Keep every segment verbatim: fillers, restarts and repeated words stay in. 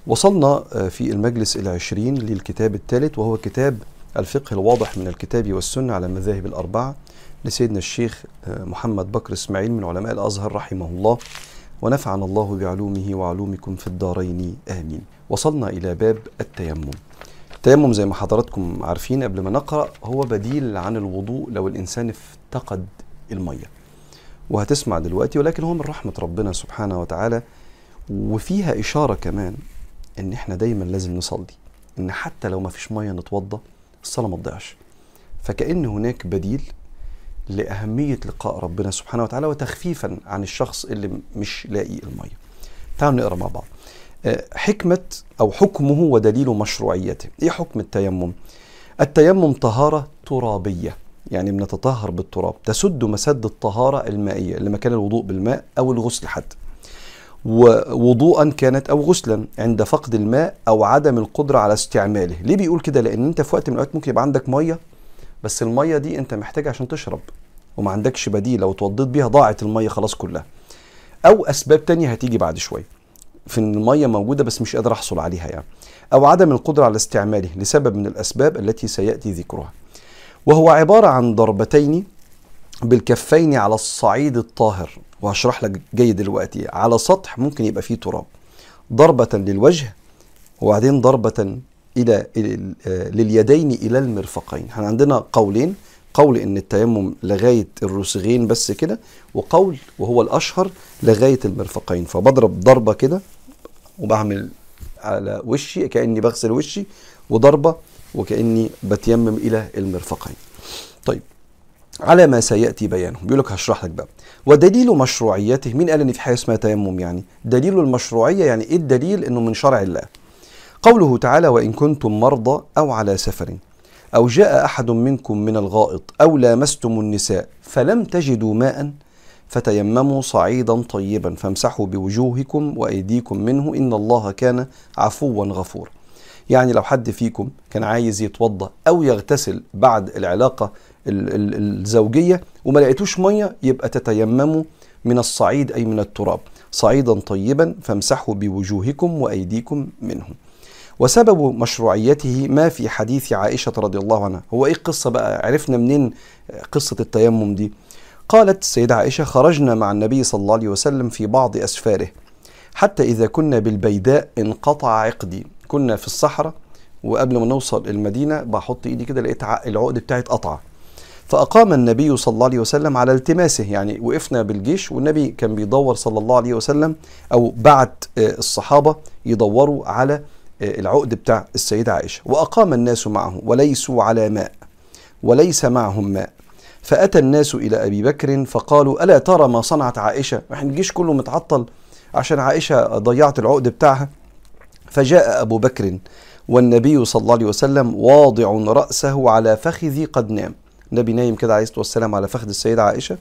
وصلنا في المجلس العشرين للكتاب الثالث، وهو كتاب الفقه الواضح من الكتاب والسنة على المذاهب الأربعة لسيدنا الشيخ محمد بكر إسماعيل من علماء الأزهر رحمه الله، ونفعنا الله بعلومه وعلومكم في الدارين آمين. وصلنا إلى باب التيمم. التيمم زي ما حضراتكم عارفين قبل ما نقرأ هو بديل عن الوضوء لو الإنسان افتقد المية، وهتسمع دلوقتي، ولكن هو من رحمة ربنا سبحانه وتعالى، وفيها إشارة كمان إن إحنا دايما لازم نصلي، إن حتى لو ما فيش مية نتوضى الصلاة ما تضيعش. فكأن هناك بديل لأهمية لقاء ربنا سبحانه وتعالى وتخفيفا عن الشخص اللي مش لاقي المية. تعالوا نقرأ مع بعض. حكمة أو حكمه ودليل مشروعيته. إيه حكم التيمم؟ التيمم طهارة ترابية، يعني بنتطهر بالتراب، تسد مسد الطهارة المائية اللي مكان الوضوء بالماء أو الغسل حتى، ووضوءا كانت أو غسلا عند فقد الماء أو عدم القدرة على استعماله. ليه بيقول كده؟ لأن أنت في وقت من الأوقات ممكن يبقى عندك مية، بس المية دي أنت محتاج عشان تشرب وما عندكش بديل، لو توضيت بيها ضاعت المية خلاص كلها، أو أسباب تانية هتيجي بعد شوية في إن المية موجودة بس مش قادر أحصل عليها يعني، أو عدم القدرة على استعماله لسبب من الأسباب التي سيأتي ذكرها. وهو عبارة عن ضربتين بالكفين على الصعيد الطاهر، وهشرح لك جاي دلوقتي، على سطح ممكن يبقى فيه تراب، ضربة للوجه وبعدين ضربة إلى لليدين إلى المرفقين. احنا عندنا قولين، قول إن التيمم لغاية الرسغين بس كده، وقول وهو الأشهر لغاية المرفقين. فبضرب ضربة كده وبعمل على وشي كأني بغسل وشي، وضربة وكأني بتيمم إلى المرفقين. طيب، على ما سيأتي بيانه بيقول لك هشرح لك بقى. ودليل مشروعيته، مين قال ان في حاجه اسمها تيمم؟ يعني دليل المشروعيه، يعني ايه الدليل؟ انه من شرع الله. قوله تعالى: وان كنتم مرضى او على سفر او جاء احد منكم من الغائط او لامستم النساء فلم تجدوا ماء فتيمموا صعيدا طيبا فامسحوا بوجوهكم وايديكم منه ان الله كان عفوا غفورا. يعني لو حد فيكم كان عايز يتوضا او يغتسل بعد العلاقه الزوجية وما لقيتوش مية، يبقى تتيمموا من الصعيد أي من التراب صعيدا طيبا فامسحوا بوجوهكم وأيديكم منه. وسبب مشروعيته ما في حديث عائشة رضي الله عنها. هو إيه القصة بقى؟ عرفنا منين قصة التيمم دي؟ قالت السيدة عائشة: خرجنا مع النبي صلى الله عليه وسلم في بعض أسفاره حتى إذا كنا بالبيداء انقطع عقدي. كنا في الصحراء وقبل ما نوصل المدينة بحط إيدي كده لقيت العقد بتاعي اتقطع، فأقام النبي صلى الله عليه وسلم على التماسه. يعني وقفنا بالجيش والنبي كان بيدور صلى الله عليه وسلم، أو بعت الصحابة يدوروا على العقد بتاع السيدة عائشة، وأقام الناس معه وليسوا على ماء وليس معهم ماء. فأتى الناس إلى أبي بكر فقالوا: ألا ترى ما صنعت عائشة؟ احنا الجيش كله متعطل عشان عائشة ضيعت العقد بتاعها. فجاء أبو بكر والنبي صلى الله عليه وسلم واضع رأسه على فخذي قد نام. النبي نايم كده عليه الصلاة والسلام على فخذ السيدة عائشة،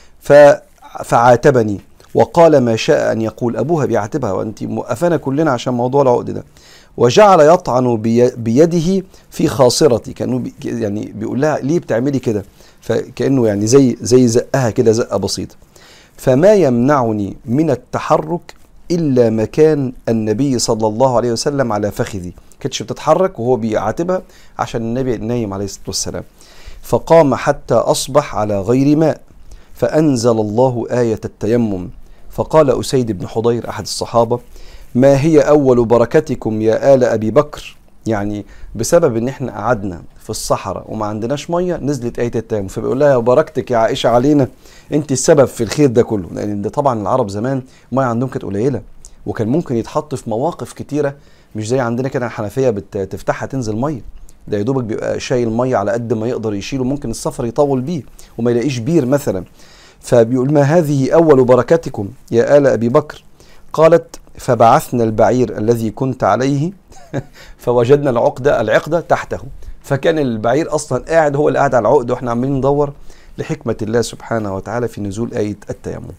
فعاتبني وقال ما شاء أن يقول. أبوها بيعاتبها: وأنت موقفانا كلنا عشان موضوع العقد ده. وجعل يطعن بيده في خاصرتي، كأنه بي يعني بيقول لها ليه بتعملي كده؟ فكأنه يعني زي زي زقها كده زقة بسيطة. فما يمنعني من التحرك إلا مكان النبي صلى الله عليه وسلم على فخذي. كانتش بتتحرك وهو بيعاتبها عشان النبي نايم عليه الصلاة والسلام. فقام حتى أصبح على غير ماء، فأنزل الله آية التيمم. فقال أسيد بن حضير أحد الصحابة: ما هي أول بركتكم يا آل أبي بكر؟ يعني بسبب إن إحنا قعدنا في الصحراء وما عندناش مية نزلت آية التيمم، فبيقول لها: بركتك يا عائشة علينا، أنت السبب في الخير ده كله. لأن ده طبعا العرب زمان المية عندهم كانت قليلة، وكان ممكن يتحط في مواقف كتيرة، مش زي عندنا كده الحنفية بتفتحها تنزل مية، ده يدوبك بيبقى شايل مية على قد ما يقدر يشيله، ممكن السفر يطول بيه وما يلاقيش بير مثلا. فبيقول: ما هذه أول بركتكم يا آل أبي بكر؟ قالت: فبعثنا البعير الذي كنت عليه فوجدنا العقدة العقدة تحته. فكان البعير أصلا قاعد، هو اللي قاعد على العقد، وإحنا عمالين ندور لحكمة الله سبحانه وتعالى في نزول آية التيمم.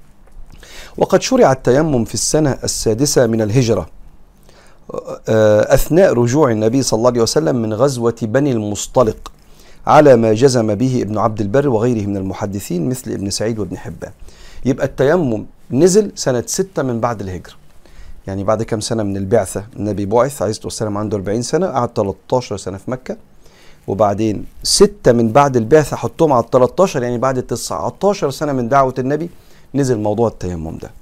وقد شرع التيمم في السنة السادسة من الهجرة أثناء رجوع النبي صلى الله عليه وسلم من غزوة بني المصطلق، على ما جزم به ابن عبد البر وغيره من المحدثين مثل ابن سعيد وابن حبان. يبقى التيمم نزل سنة ستة من بعد الهجرة، يعني بعد كم سنة من البعثة النبي بعث عليه الصلاة والسلام عنده أربعين سنة، قعد تلتاشر سنة في مكة، وبعدين ستة من بعد البعثة حطهم على التلتاشر، يعني بعد تسعتاشر سنة من دعوة النبي نزل موضوع التيمم ده.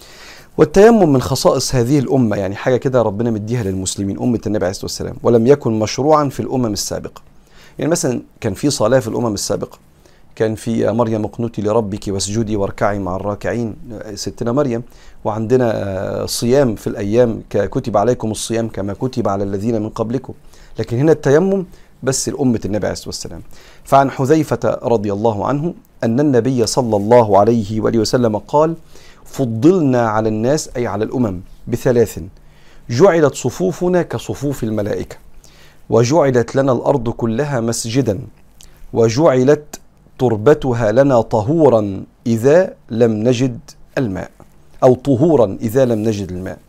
والتيمم من خصائص هذه الأمة، يعني حاجة كده ربنا مديها للمسلمين أمة النبي عليه الصلاة والسلام، ولم يكن مشروعا في الأمم السابقة. يعني مثلا كان في صلاة في الأمم السابقة، كان في مريم اقنتي لربك واسجدي واركعي مع الراكعين، ستنا مريم. وعندنا صيام في الأيام كتب عليكم الصيام كما كتب على الذين من قبلكم. لكن هنا التيمم بس لأمة النبي عليه الصلاة والسلام. فعن حذيفة رضي الله عنه أن النبي صلى الله عليه وآله وسلم قال: فضلنا على الناس أي على الأمم بثلاث: جعلت صفوفنا كصفوف الملائكة، وجعلت لنا الأرض كلها مسجدا، وجعلت تربتها لنا طهورا إذا لم نجد الماء، أو طهورا إذا لم نجد الماء.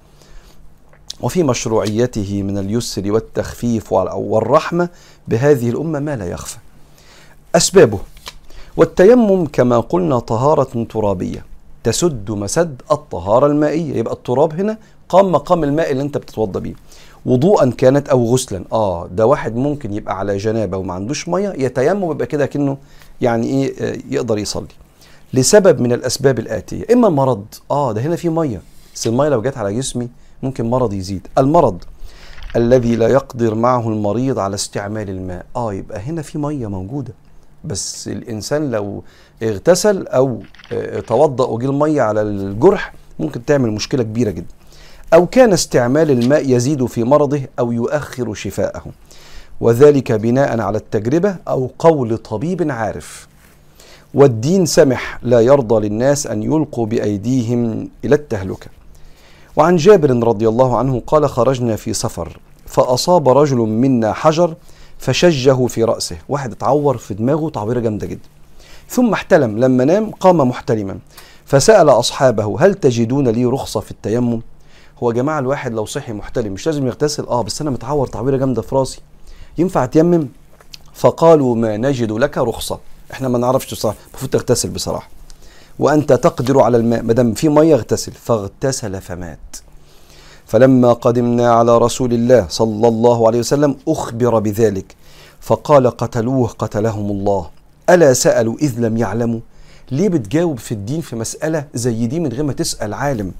وفي مشروعيته من اليسر والتخفيف والرحمة بهذه الأمة ما لا يخفى. أسبابه: والتيمم كما قلنا طهارة ترابية تسد مسد الطهارة المائية، يبقى التراب هنا قام مقام الماء اللي انت بتتوضى بيه، وضوءا كانت او غسلا. اه ده واحد ممكن يبقى على جنابه وما عندوش ميه، يتيمم يبقى كده كأنه يعني ايه يقدر يصلي، لسبب من الاسباب الاتيه: اما مرض، اه ده هنا في ميه بس الميه لو جت على جسمي ممكن مرض يزيد. المرض الذي لا يقدر معه المريض على استعمال الماء، اه يبقى هنا في ميه موجوده، بس الإنسان لو اغتسل أو توضأ وجه المية على الجرح ممكن تعمل مشكلة كبيرة جدا. أو كان استعمال الماء يزيد في مرضه أو يؤخر شفاءه، وذلك بناء على التجربة أو قول طبيب عارف. والدين سمح، لا يرضى للناس أن يلقوا بأيديهم إلى التهلكة. وعن جابر رضي الله عنه قال: خرجنا في سفر فأصاب رجل منا حجر فشجه في رأسه، واحد اتعور في دماغه تعويرة جامدة جدا، ثم احتلم، لما نام قام محتلما فسأل أصحابه: هل تجدون لي رخصة في التيمم؟ هو يا جماعة الواحد لو صحي محتلم مش لازم يغتسل؟ اه بس أنا متعور تعويرة جامدة في راسي، ينفع أتيمم؟ فقالوا: ما نجد لك رخصة، احنا ما نعرفش صح، المفروض تغتسل بصراحة، وأنت تقدر على الماء، ما دام في مية اغتسل. فاغتسل فمات. فلما قدمنا على رسول الله صلى الله عليه وسلم أخبر بذلك فقال: قتلوه قتلهم الله، ألا سألوا إذ لم يعلموا؟ ليه بتجاوب في الدين في مسألة زي دي من غير ما تسأل عالم؟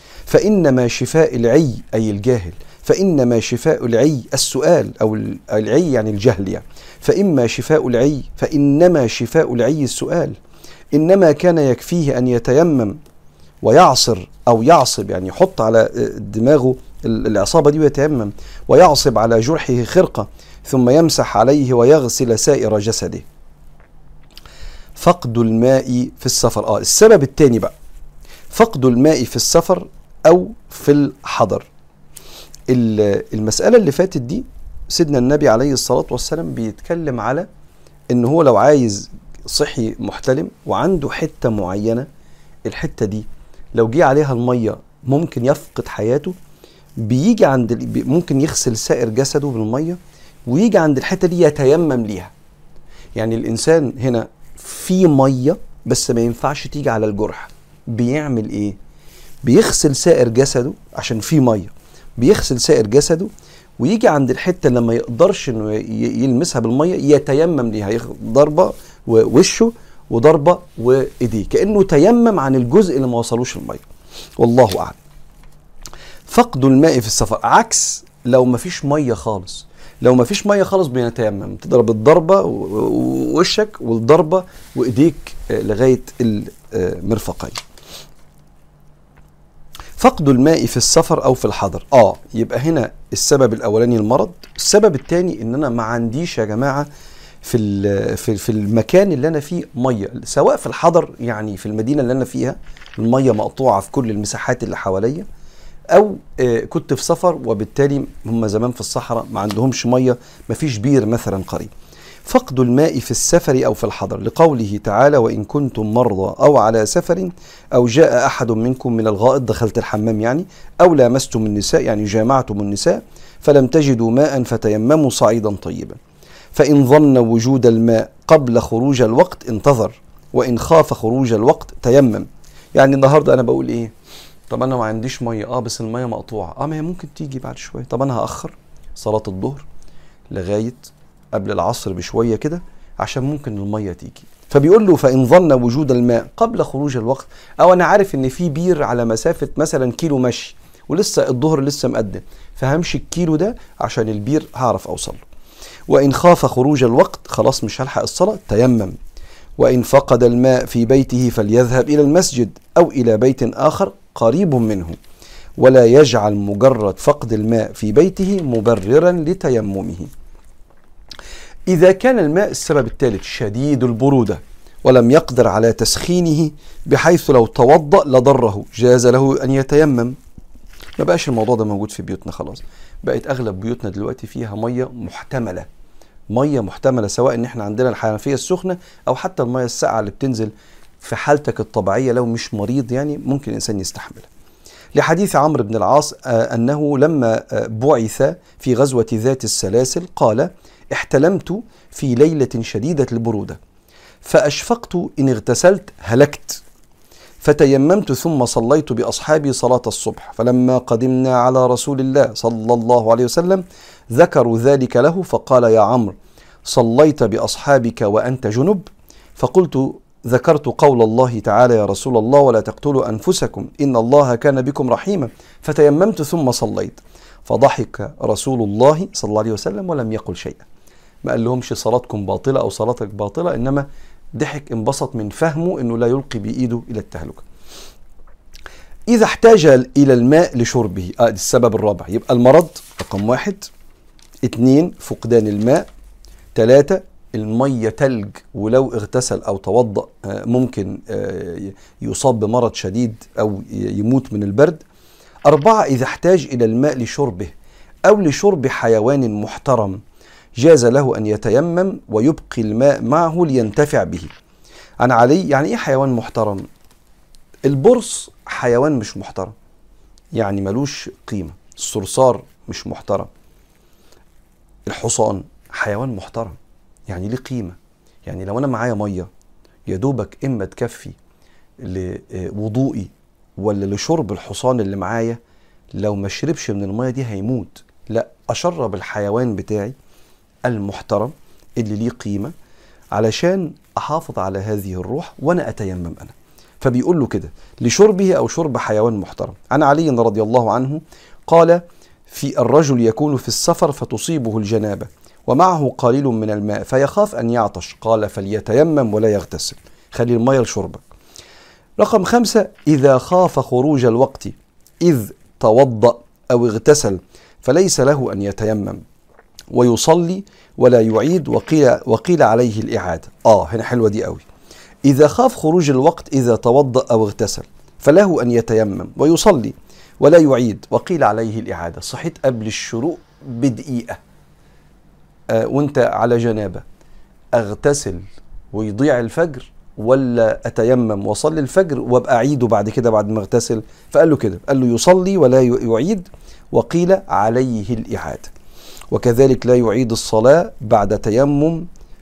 فإنما شفاء العي أي الجاهل، فإنما شفاء العي السؤال، أو العي يعني الجهل يعني، فإما شفاء العي فإنما شفاء العي السؤال. إنما كان يكفيه أن يتيمم ويعصر أو يعصب، يعني يحط على دماغه العصابة دي ويتيمم، ويعصب على جرحه خرقة، ثم يمسح عليه ويغسل سائر جسده. فقد الماء في السفر، آه السبب الثاني بقى فقد الماء في السفر أو في الحضر. المسألة اللي فاتت دي سيدنا النبي عليه الصلاة والسلام بيتكلم على إن هو لو عايز صحي محتلم وعنده حتة معينة، الحتة دي لو جه عليها المية ممكن يفقد حياته، بيجي عند ممكن يغسل سائر جسده بالمية، ويجي عند الحتة دي يتيمم ليها. يعني الإنسان هنا في مية بس ما ينفعش تيجي على الجرح، بيعمل إيه؟ بيغسل سائر جسده عشان في مية، بيغسل سائر جسده ويجي عند الحتة اللي ما يقدرش إنه يلمسها بالمية يتيمم ليها، ضربة ووشه وضربة وإيديه، كأنه تيمم عن الجزء اللي ما وصلوش المية. والله أعلم. فقد الماء في السفر عكس لو ما فيش مية خالص، لو ما فيش مية خالص بيتيمم، تضرب الضربة ووشك والضربة وإيديك لغاية المرفقين. فقد الماء في السفر أو في الحضر، آه يبقى هنا السبب الأولاني المرض، السبب الثاني إن أنا ما عنديش يا جماعة في في في المكان اللي انا فيه ميه، سواء في الحضر يعني في المدينه اللي انا فيها الميه مقطوعه في كل المساحات اللي حواليا، او كنت في سفر وبالتالي هم زمان في الصحراء ما عندهمش ميه، ما فيش بير مثلا قريب. فقد الماء في السفر او في الحضر لقوله تعالى: وان كنتم مرضى او على سفر او جاء احد منكم من الغائط، دخلت الحمام يعني، او لامستم النساء يعني جامعتم النساء، فلم تجدوا ماء فتيمموا صعيدا طيبا. فإن ظن وجود الماء قبل خروج الوقت انتظر، وإن خاف خروج الوقت تيمم. يعني النهاردة أنا بقول إيه؟ طب انا ما عنديش ميه، اه بس الميه مقطوعه، اه ما هي ممكن تيجي بعد شويه. طب انا هاخر صلاه الظهر لغايه قبل العصر بشويه كده عشان ممكن الميه تيجي. فبيقول له فان ظن وجود الماء قبل خروج الوقت، او انا عارف ان في بير على مسافه مثلا كيلو مشي ولسه الظهر لسه مقدم، فهمشي الكيلو ده عشان البير هعرف اوصل له. وان خاف خروج الوقت خلاص مش هلحق الصلاه، تيمم. وان فقد الماء في بيته فليذهب الى المسجد او الى بيت اخر قريب منه، ولا يجعل مجرد فقد الماء في بيته مبررا لتيممه. إذا كان الماء السبب الثالث شديد البرودة ولم يقدر على تسخينه بحيث لو توضأ لضره، جاز له أن يتيمم. ما بقاش الموضوع ده موجود في بيوتنا خلاص، بقت أغلب بيوتنا دلوقتي فيها مية محتملة، مية محتملة، سواء إن إحنا عندنا الحنفية السخنة أو حتى المية الساقعة اللي بتنزل في حالتك الطبيعية لو مش مريض، يعني ممكن الإنسان يستحملها. لحديث عمرو بن العاص أنه لما بعث في غزوة ذات السلاسل قال: احتلمت في ليلة شديدة البرودة فأشفقت إن اغتسلت هلكت، فتيممت ثم صليت بأصحابي صلاة الصبح، فلما قدمنا على رسول الله صلى الله عليه وسلم ذكروا ذلك له فقال: يا عمرو صليت بأصحابك وأنت جنب؟ فقلت: ذكرت قول الله تعالى: يا رسول الله ولا تقتلوا أنفسكم إن الله كان بكم رحيما، فتيممت ثم صليت. فضحك رسول الله صلى الله عليه وسلم ولم يقل شيئا، ما قال لهمش صلاتكم باطلة أو صلاتك باطلة، إنما ضحك، انبسط من فهمه إنه لا يلقي بإيده إلى التهلكة. إذا احتاج إلى الماء لشربه، آه السبب الرابع، يبقى المرض رقم واحد، اثنين فقدان الماء، ثلاثة المية تلج ولو اغتسل أو توضأ ممكن يصاب بمرض شديد أو يموت من البرد، أربعة إذا احتاج إلى الماء لشربه أو لشرب حيوان محترم جاز له أن يتيمم ويبقي الماء معه لينتفع به. عن علي، يعني إيه حيوان محترم؟ البرص حيوان مش محترم، يعني ملوش قيمة. الصرصار مش محترم. الحصان حيوان محترم، يعني ليه قيمة. يعني لو أنا معايا مية يدوبك إما تكفي لوضوئي ولا لشرب الحصان اللي معايا، لو ما شربش من المية دي هيموت. لا، أشرب الحيوان بتاعي المحترم اللي ليه قيمة علشان أحافظ على هذه الروح وأنا أتيمم أنا. فبيقول له كده لشربه أو شرب حيوان محترم. عن علي رضي الله عنه قال: في الرجل يكون في السفر فتصيبه الجنابة ومعه قليل من الماء فيخاف أن يعطش، قال: فليتيمم ولا يغتسل، خلي المية لشربك. رقم خمسة إذا خاف خروج الوقت إذ توضأ أو اغتسل فليس له أن يتيمم ويصلي ولا يعيد، وقيل, وقيل عليه الإعادة. آه هنا حلوة دي قوي. إذا خاف خروج الوقت إذا توضأ أو اغتسل فله أن يتيمم ويصلي ولا يعيد، وقيل عليه الإعادة. صحيت قبل الشروق بدقيقة آه وانت على جنابة، أغتسل ويضيع الفجر ولا أتيمم وصلي الفجر وابقى أعيده بعد كده بعد ما اغتسل؟ فقال له كده، قال له يصلي ولا يعيد، وقيل عليه الإعادة. وكذلك لا يعيد الصلاة بعد تيمم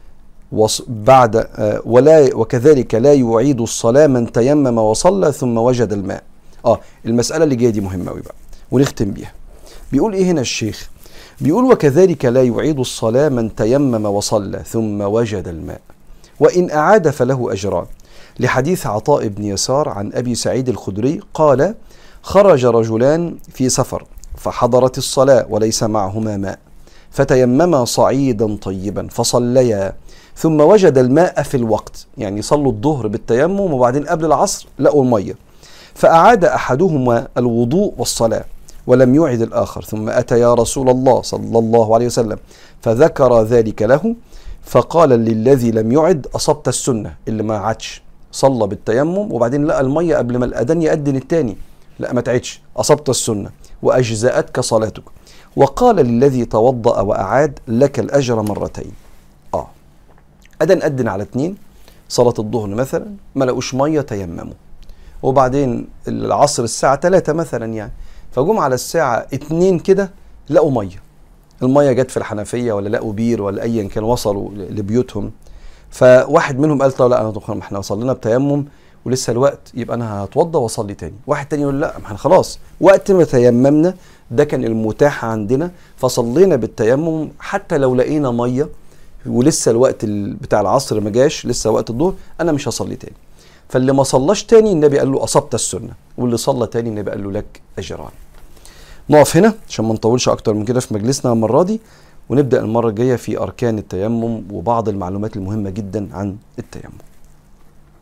بعد آه ولا وكذلك لا يعيد الصلاة من تيمم وصلى ثم وجد الماء. اه المسألة اللي جاية دي مهمة قوي بقى ونختم بيها. بيقول ايه هنا الشيخ؟ بيقول: وكذلك لا يعيد الصلاة من تيمم وصلى ثم وجد الماء، وإن أعاد فله أجران. لحديث عطاء بن يسار عن أبي سعيد الخدري قال: خرج رجلان في سفر فحضرت الصلاة وليس معهما ماء فتيمما صعيدا طيبا فصليا ثم وجد الماء في الوقت، يعني صلوا الظهر بالتيمم وبعدين قبل العصر لقوا المية، فأعاد أحدهما الوضوء والصلاة ولم يعد الآخر، ثم أتى يا رسول الله صلى الله عليه وسلم فذكر ذلك له، فقال للذي لم يعد: أصبت السنة. اللي ما عادش صلى بالتيمم وبعدين لقى المية قبل ما الأذان يأذن التاني، لا ما تعدش، أصبت السنة وأجزأتك صلاتك. وقال للذي توضأ وأعاد: لك الأجر مرتين. آه أذن أذن على اتنين، صلاة الظهر مثلا ما لقوش مية تيمموا، وبعدين العصر الساعة تلاتة مثلا يعني، فجم على الساعة اتنين كده لقوا مية، المية جت في الحنفية ولا لقوا بير ولا أيا كان، وصلوا لبيوتهم. فواحد منهم قال: طب لا أنا احنا صلينا بتيمم ولسه الوقت، يبقى انا هتوضى واصلي تاني. واحد تاني يقول لا، ما احنا خلاص وقت ما تيممنا ده كان المتاح عندنا فصلينا بالتيمم، حتى لو لقينا ميه ولسه الوقت بتاع العصر ما جاش، لسه وقت الظهر، انا مش هصلي تاني. فاللي ما صلاش تاني النبي قال له اصبت السنه، واللي صلى تاني النبي قال له لك اجران. نقف هنا عشان ما نطولش اكتر من كده في مجلسنا المره دي، ونبدا المره الجايه في اركان التيمم وبعض المعلومات المهمه جدا عن التيمم.